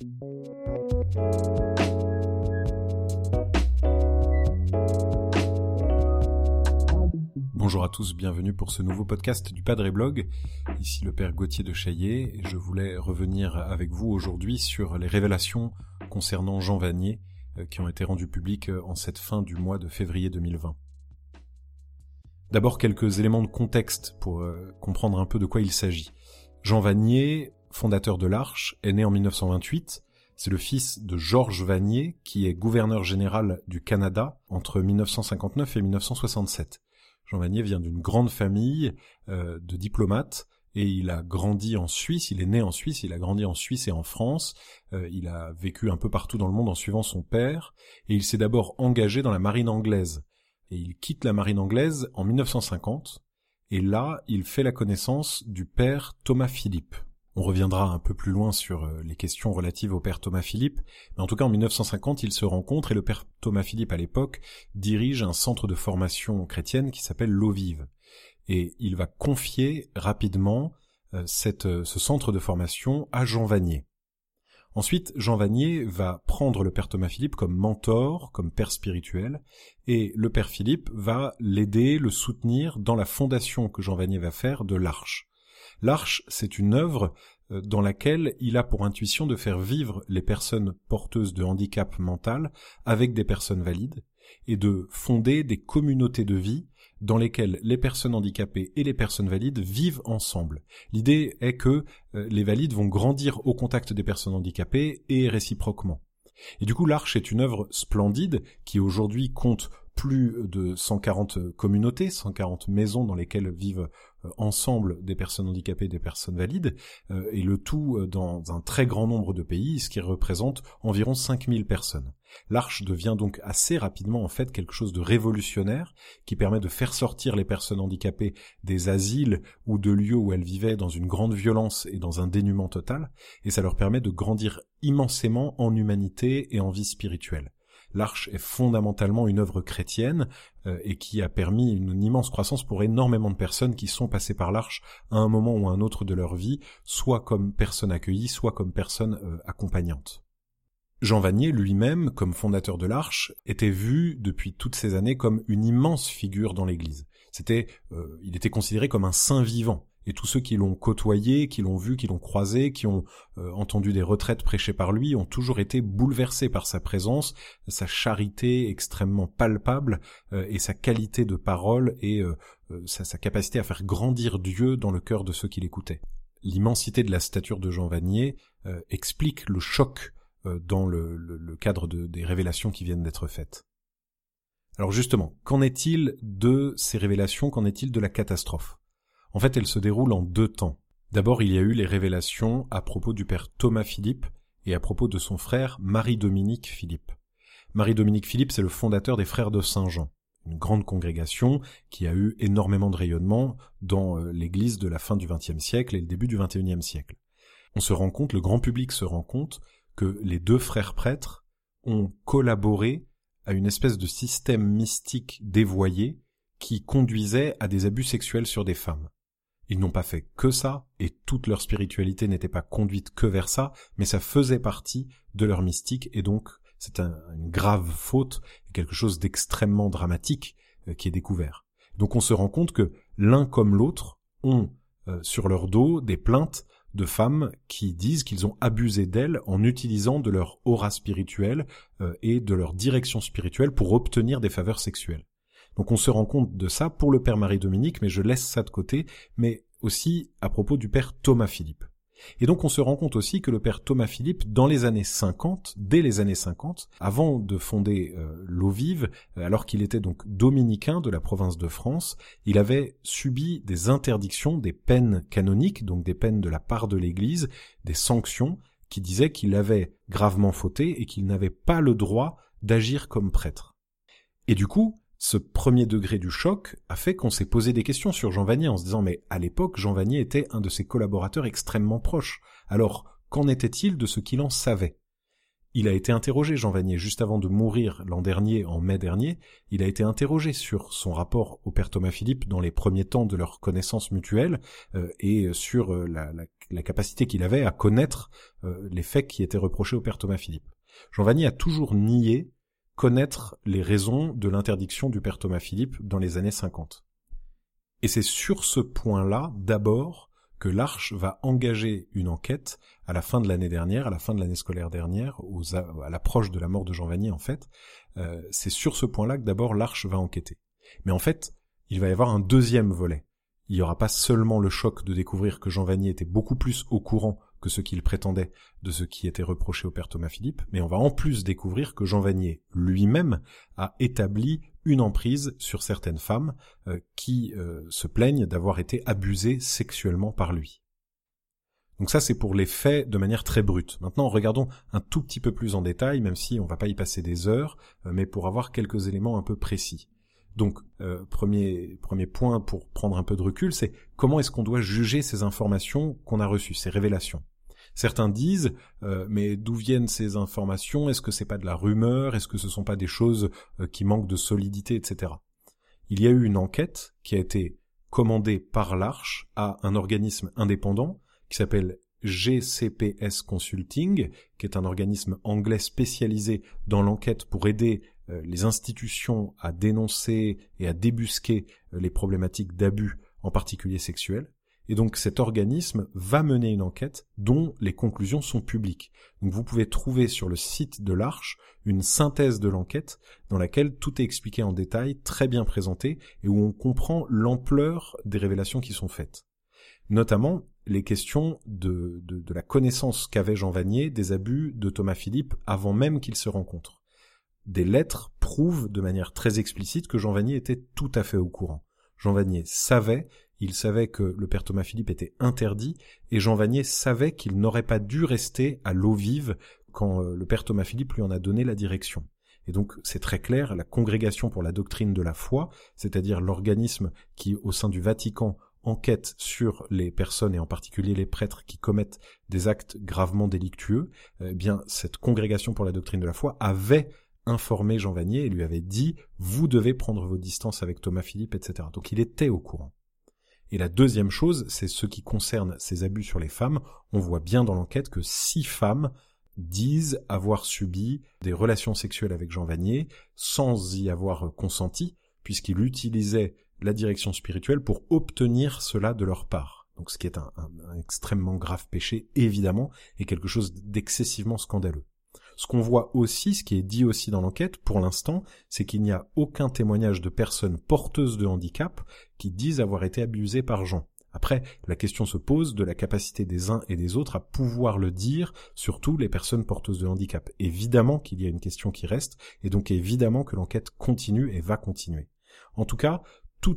Bonjour à tous, bienvenue pour ce nouveau podcast du Padre Blog. Ici le père Gauthier de Chaillet et je voulais revenir avec vous aujourd'hui sur les révélations concernant Jean Vanier qui ont été rendues publiques en cette fin du mois de février 2020. D'abord quelques éléments de contexte pour comprendre un peu de quoi il s'agit. Jean Vanier, fondateur de l'Arche, est né en 1928. C'est le fils de Georges Vanier qui est gouverneur général du Canada entre 1959 et 1967. Jean Vanier vient d'une grande famille de diplomates et il a grandi en Suisse, il est né en Suisse, il a grandi en Suisse et en France, il a vécu un peu partout dans le monde en suivant son père et il s'est d'abord engagé dans la marine anglaise. Et il quitte la marine anglaise en 1950 et là il fait la connaissance du père Thomas Philippe. On reviendra un peu plus loin sur les questions relatives au père Thomas Philippe, mais en tout cas en 1950, ils se rencontrent et le père Thomas Philippe à l'époque dirige un centre de formation chrétienne qui s'appelle l'Eau Vive. Et il va confier rapidement ce centre de formation à Jean Vanier. Ensuite, Jean Vanier va prendre le père Thomas Philippe comme mentor, comme père spirituel, et le père Philippe va l'aider, le soutenir dans la fondation que Jean Vanier va faire de l'Arche. L'Arche, c'est une œuvre dans laquelle il a pour intuition de faire vivre les personnes porteuses de handicap mental avec des personnes valides et de fonder des communautés de vie dans lesquelles les personnes handicapées et les personnes valides vivent ensemble. L'idée est que les valides vont grandir au contact des personnes handicapées et réciproquement. Et du coup, l'Arche est une œuvre splendide qui aujourd'hui compte plus de 140 communautés, 140 maisons dans lesquelles vivent ensemble des personnes handicapées et des personnes valides, et le tout dans un très grand nombre de pays, ce qui représente environ 5000 personnes. L'Arche devient donc assez rapidement en fait quelque chose de révolutionnaire qui permet de faire sortir les personnes handicapées des asiles ou de lieux où elles vivaient dans une grande violence et dans un dénuement total, et ça leur permet de grandir immensément en humanité et en vie spirituelle. L'Arche est fondamentalement une œuvre chrétienne et qui a permis une immense croissance pour énormément de personnes qui sont passées par l'Arche à un moment ou à un autre de leur vie, soit comme personnes accueillies, soit comme personnes accompagnantes. Jean Vanier lui-même, comme fondateur de l'Arche, était vu depuis toutes ces années comme une immense figure dans l'Église. Il était considéré comme un saint vivant. Et tous ceux qui l'ont côtoyé, qui l'ont vu, qui l'ont croisé, qui ont entendu des retraites prêchées par lui, ont toujours été bouleversés par sa présence, sa charité extrêmement palpable et sa qualité de parole et sa capacité à faire grandir Dieu dans le cœur de ceux qui l'écoutaient. L'immensité de la stature de Jean Vanier explique le choc dans le cadre des révélations qui viennent d'être faites. Alors justement, qu'en est-il de ces révélations, qu'en est-il de la catastrophe ? En fait, elle se déroule en deux temps. D'abord, il y a eu les révélations à propos du père Thomas Philippe et à propos de son frère Marie-Dominique Philippe. Marie-Dominique Philippe, c'est le fondateur des Frères de Saint-Jean, une grande congrégation qui a eu énormément de rayonnement dans l'Église de la fin du XXe siècle et le début du XXIe siècle. Le grand public se rend compte que les deux frères prêtres ont collaboré à une espèce de système mystique dévoyé qui conduisait à des abus sexuels sur des femmes. Ils n'ont pas fait que ça, et toute leur spiritualité n'était pas conduite que vers ça, mais ça faisait partie de leur mystique, et donc c'est une grave faute, quelque chose d'extrêmement dramatique qui est découvert. Donc on se rend compte que l'un comme l'autre ont sur leur dos des plaintes de femmes qui disent qu'ils ont abusé d'elles en utilisant de leur aura spirituelle et de leur direction spirituelle pour obtenir des faveurs sexuelles. Donc on se rend compte de ça pour le père Marie-Dominique, mais je laisse ça de côté, mais aussi à propos du père Thomas Philippe. Et donc on se rend compte aussi que le père Thomas Philippe, dès les années 50, avant de fonder l'Eau Vive, alors qu'il était donc dominicain de la province de France, il avait subi des interdictions, des peines canoniques, donc des peines de la part de l'Église, des sanctions, qui disaient qu'il avait gravement fauté et qu'il n'avait pas le droit d'agir comme prêtre. Et du coup, ce premier degré du choc a fait qu'on s'est posé des questions sur Jean Vanier en se disant mais à l'époque Jean Vanier était un de ses collaborateurs extrêmement proches. Alors qu'en était-il de ce qu'il en savait ? il a été interrogé, Jean Vanier, juste avant de mourir l'an dernier, en mai dernier, il a été interrogé sur son rapport au père Thomas Philippe dans les premiers temps de leur connaissance mutuelle et sur la capacité qu'il avait à connaître les faits qui étaient reprochés au père Thomas Philippe. Jean Vanier a toujours nié connaître les raisons de l'interdiction du père Thomas Philippe dans les années 50. Et c'est sur ce point-là, d'abord, que l'Arche va engager une enquête à la fin de l'année dernière, à la fin de l'année scolaire dernière, à l'approche de la mort de Jean Vanier en fait. C'est sur ce point-là que d'abord l'Arche va enquêter. Mais en fait, il va y avoir un deuxième volet. Il n'y aura pas seulement le choc de découvrir que Jean Vanier était beaucoup plus au courant que ce qu'il prétendait de ce qui était reproché au père Thomas Philippe, mais on va en plus découvrir que Jean Vanier lui-même a établi une emprise sur certaines femmes qui se plaignent d'avoir été abusées sexuellement par lui. Donc ça, c'est pour les faits de manière très brute. Maintenant, regardons un tout petit peu plus en détail, même si on va pas y passer des heures, mais pour avoir quelques éléments un peu précis. Donc, premier point pour prendre un peu de recul, c'est comment est-ce qu'on doit juger ces informations qu'on a reçues, ces révélations. Certains disent, mais d'où viennent ces informations? Est-ce que c'est pas de la rumeur? Est-ce que ce sont pas des choses qui manquent de solidité, etc. Il y a eu une enquête qui a été commandée par l'Arche à un organisme indépendant qui s'appelle GCPS Consulting, qui est un organisme anglais spécialisé dans l'enquête pour aider les institutions à dénoncer et à débusquer les problématiques d'abus, en particulier sexuels. Et donc cet organisme va mener une enquête dont les conclusions sont publiques. Donc vous pouvez trouver sur le site de l'Arche une synthèse de l'enquête dans laquelle tout est expliqué en détail, très bien présenté, et où on comprend l'ampleur des révélations qui sont faites. Notamment les questions de la connaissance qu'avait Jean Vanier des abus de Thomas Philippe avant même qu'ils se rencontrent. Des lettres prouvent de manière très explicite que Jean Vanier était tout à fait au courant. Jean Vanier savait, il savait que le père Thomas Philippe était interdit, et Jean Vanier savait qu'il n'aurait pas dû rester à l'eau vive quand le père Thomas Philippe lui en a donné la direction. Et donc c'est très clair, la Congrégation pour la doctrine de la foi, c'est-à-dire l'organisme qui, au sein du Vatican, enquête sur les personnes et en particulier les prêtres qui commettent des actes gravement délictueux, eh bien cette Congrégation pour la doctrine de la foi avait informé Jean Vanier et lui avait dit « vous devez prendre vos distances avec Thomas Philippe, etc. » Donc il était au courant. Et la deuxième chose, c'est ce qui concerne ces abus sur les femmes. On voit bien dans l'enquête que 6 femmes disent avoir subi des relations sexuelles avec Jean Vanier sans y avoir consenti, puisqu'il utilisait la direction spirituelle pour obtenir cela de leur part. Donc ce qui est un extrêmement grave péché, évidemment, et quelque chose d'excessivement scandaleux. Ce qu'on voit aussi, ce qui est dit aussi dans l'enquête, pour l'instant, c'est qu'il n'y a aucun témoignage de personnes porteuses de handicap qui disent avoir été abusées par Jean. Après, la question se pose de la capacité des uns et des autres à pouvoir le dire, surtout les personnes porteuses de handicap. Évidemment qu'il y a une question qui reste, et donc évidemment que l'enquête continue et va continuer. En tout cas, tout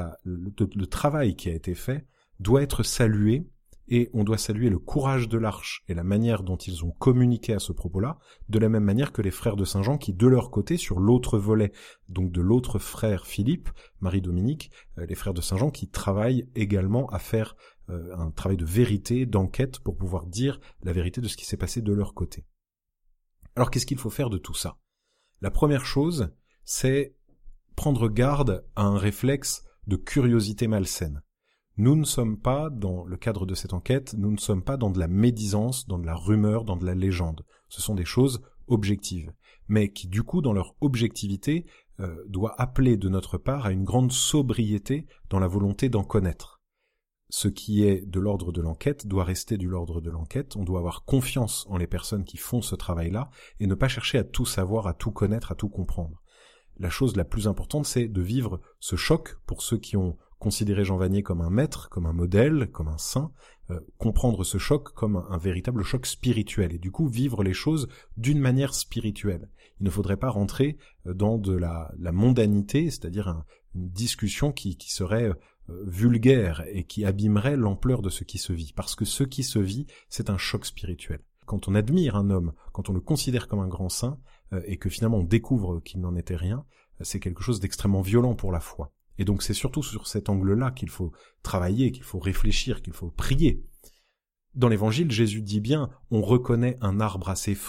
le travail qui a été fait doit être salué, et on doit saluer le courage de l'Arche et la manière dont ils ont communiqué à ce propos-là, de la même manière que les frères de Saint-Jean qui, de leur côté, sur l'autre volet, donc de l'autre frère Philippe, Marie-Dominique, les frères de Saint-Jean qui travaillent également à faire un travail de vérité, d'enquête, pour pouvoir dire la vérité de ce qui s'est passé de leur côté. Alors qu'est-ce qu'il faut faire de tout ça? La première chose, c'est prendre garde à un réflexe de curiosité malsaine. Nous ne sommes pas, dans le cadre de cette enquête, nous ne sommes pas dans de la médisance, dans de la rumeur, dans de la légende. Ce sont des choses objectives, mais qui du coup, dans leur objectivité, doit appeler de notre part à une grande sobriété dans la volonté d'en connaître. Ce qui est de l'ordre de l'enquête doit rester de l'ordre de l'enquête, on doit avoir confiance en les personnes qui font ce travail-là, et ne pas chercher à tout savoir, à tout connaître, à tout comprendre. La chose la plus importante, c'est de vivre ce choc pour ceux qui ont considéré Jean Vanier comme un maître, comme un modèle, comme un saint, comprendre ce choc comme un véritable choc spirituel, et du coup vivre les choses d'une manière spirituelle. Il ne faudrait pas rentrer dans de la mondanité, c'est-à-dire une discussion qui serait vulgaire et qui abîmerait l'ampleur de ce qui se vit, parce que ce qui se vit, c'est un choc spirituel. Quand on admire un homme, quand on le considère comme un grand saint, et que finalement on découvre qu'il n'en était rien, c'est quelque chose d'extrêmement violent pour la foi. Et donc c'est surtout sur cet angle-là qu'il faut travailler, qu'il faut réfléchir, qu'il faut prier. Dans l'Évangile, Jésus dit bien « on reconnaît un arbre à ses fruits ».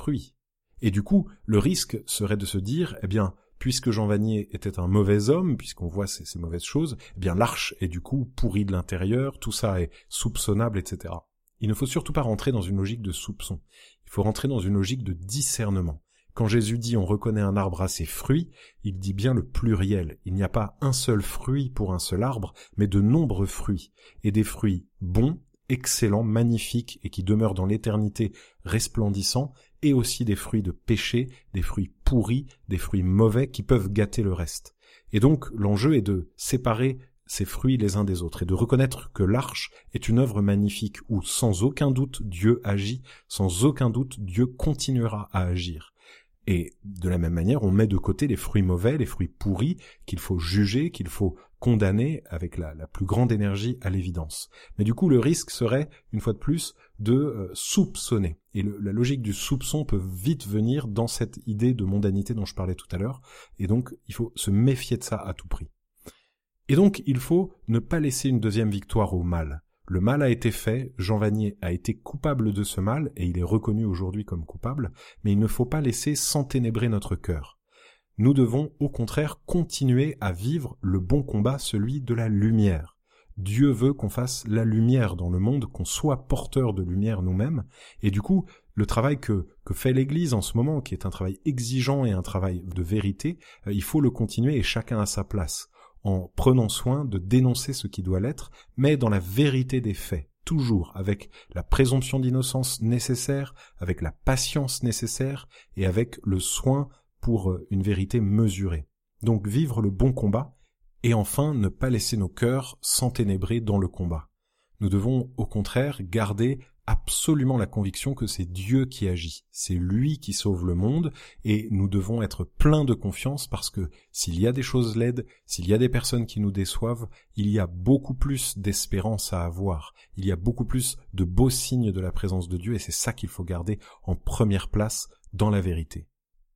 Et du coup, le risque serait de se dire, eh bien, puisque Jean Vanier était un mauvais homme, puisqu'on voit ces mauvaises choses, eh bien l'arche est du coup pourrie de l'intérieur, tout ça est soupçonnable, etc. Il ne faut surtout pas rentrer dans une logique de soupçon. Il faut rentrer dans une logique de discernement. Quand Jésus dit on reconnaît un arbre à ses fruits, il dit bien le pluriel. Il n'y a pas un seul fruit pour un seul arbre, mais de nombreux fruits. Et des fruits bons, excellents, magnifiques et qui demeurent dans l'éternité resplendissants, et aussi des fruits de péché, des fruits pourris, des fruits mauvais qui peuvent gâter le reste. Et donc l'enjeu est de séparer ces fruits les uns des autres et de reconnaître que l'arche est une œuvre magnifique où sans aucun doute Dieu agit, sans aucun doute Dieu continuera à agir. Et de la même manière, on met de côté les fruits mauvais, les fruits pourris, qu'il faut juger, qu'il faut condamner avec la plus grande énergie à l'évidence. Mais du coup, le risque serait, une fois de plus, de soupçonner. Et la logique du soupçon peut vite venir dans cette idée de mondanité dont je parlais tout à l'heure. Et donc, il faut se méfier de ça à tout prix. Et donc, il faut ne pas laisser une deuxième victoire au mal. Le mal a été fait, Jean Vanier a été coupable de ce mal, et il est reconnu aujourd'hui comme coupable, mais il ne faut pas laisser s'enténébrer notre cœur. Nous devons, au contraire, continuer à vivre le bon combat, celui de la lumière. Dieu veut qu'on fasse la lumière dans le monde, qu'on soit porteur de lumière nous-mêmes, et du coup, le travail que fait l'Église en ce moment, qui est un travail exigeant et un travail de vérité, il faut le continuer et chacun à sa place, en prenant soin de dénoncer ce qui doit l'être, mais dans la vérité des faits, toujours avec la présomption d'innocence nécessaire, avec la patience nécessaire et avec le soin pour une vérité mesurée. Donc vivre le bon combat et enfin ne pas laisser nos cœurs s'enténébrer dans le combat. Nous devons au contraire garder absolument la conviction que c'est Dieu qui agit, c'est lui qui sauve le monde et nous devons être pleins de confiance parce que s'il y a des choses laides, s'il y a des personnes qui nous déçoivent, il y a beaucoup plus d'espérance à avoir, il y a beaucoup plus de beaux signes de la présence de Dieu et c'est ça qu'il faut garder en première place dans la vérité.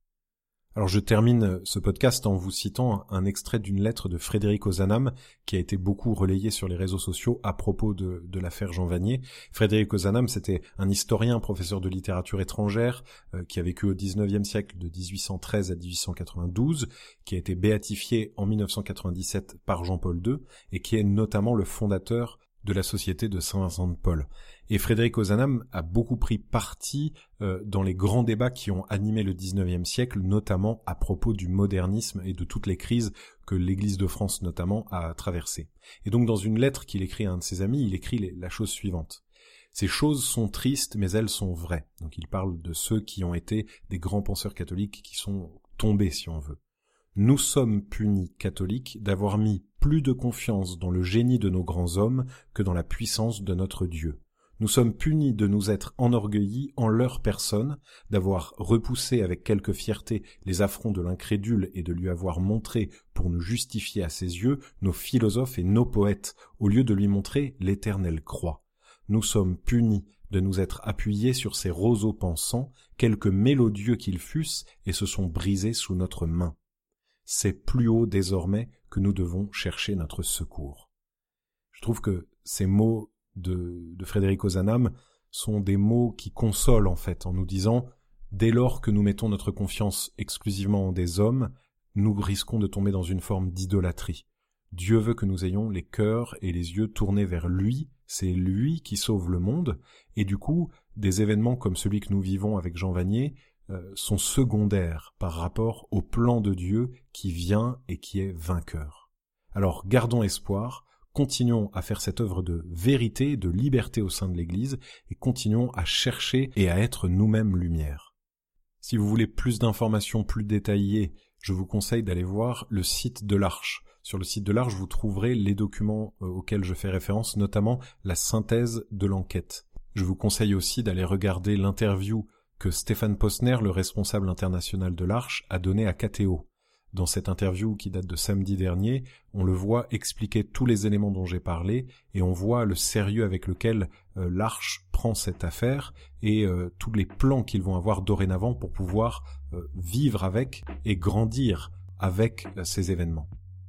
Alors je termine ce podcast en vous citant un extrait d'une lettre de Frédéric Ozanam qui a été beaucoup relayée sur les réseaux sociaux à propos de l'affaire Jean Vanier. Frédéric Ozanam, c'était un historien, professeur de littérature étrangère qui a vécu au XIXe siècle de 1813 à 1892, qui a été béatifié en 1997 par Jean-Paul II et qui est notamment le fondateur de la Société de Saint-Vincent-de-Paul. Et Frédéric Ozanam a beaucoup pris parti dans les grands débats qui ont animé le XIXe siècle, notamment à propos du modernisme et de toutes les crises que l'Église de France notamment a traversées. Et donc dans une lettre qu'il écrit à un de ses amis, il écrit la chose suivante. Ces choses sont tristes, mais elles sont vraies. Donc il parle de ceux qui ont été des grands penseurs catholiques qui sont tombés, si on veut. Nous sommes punis, catholiques, d'avoir mis plus de confiance dans le génie de nos grands hommes que dans la puissance de notre Dieu. Nous sommes punis de nous être enorgueillis en leur personne, d'avoir repoussé avec quelque fierté les affronts de l'incrédule et de lui avoir montré, pour nous justifier à ses yeux, nos philosophes et nos poètes, au lieu de lui montrer l'éternelle croix. Nous sommes punis de nous être appuyés sur ces roseaux pensants, quelque mélodieux qu'ils fussent, et se sont brisés sous notre main. C'est plus haut désormais que nous devons chercher notre secours. Je trouve que ces mots de Frédéric Ozanam sont des mots qui consolent en fait, en nous disant « Dès lors que nous mettons notre confiance exclusivement en des hommes, nous risquons de tomber dans une forme d'idolâtrie. Dieu veut que nous ayons les cœurs et les yeux tournés vers lui, c'est lui qui sauve le monde, et du coup, des événements comme celui que nous vivons avec Jean Vanier sont secondaires par rapport au plan de Dieu qui vient et qui est vainqueur. Alors gardons espoir, continuons à faire cette œuvre de vérité, de liberté au sein de l'Église, et continuons à chercher et à être nous-mêmes lumière. Si vous voulez plus d'informations plus détaillées, je vous conseille d'aller voir le site de l'Arche. Sur le site de l'Arche, vous trouverez les documents auxquels je fais référence, notamment la synthèse de l'enquête. Je vous conseille aussi d'aller regarder l'interview que Stéphane Posner, le responsable international de l'Arche, a donné à KTO. Dans cette interview qui date de samedi dernier, on le voit expliquer tous les éléments dont j'ai parlé et on voit le sérieux avec lequel l'Arche prend cette affaire et tous les plans qu'ils vont avoir dorénavant pour pouvoir vivre avec et grandir avec ces événements.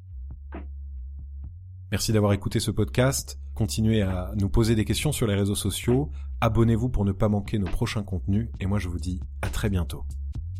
Merci d'avoir écouté ce podcast. Continuez à nous poser des questions sur les réseaux sociaux. Abonnez-vous pour ne pas manquer nos prochains contenus. Et moi, je vous dis à très bientôt.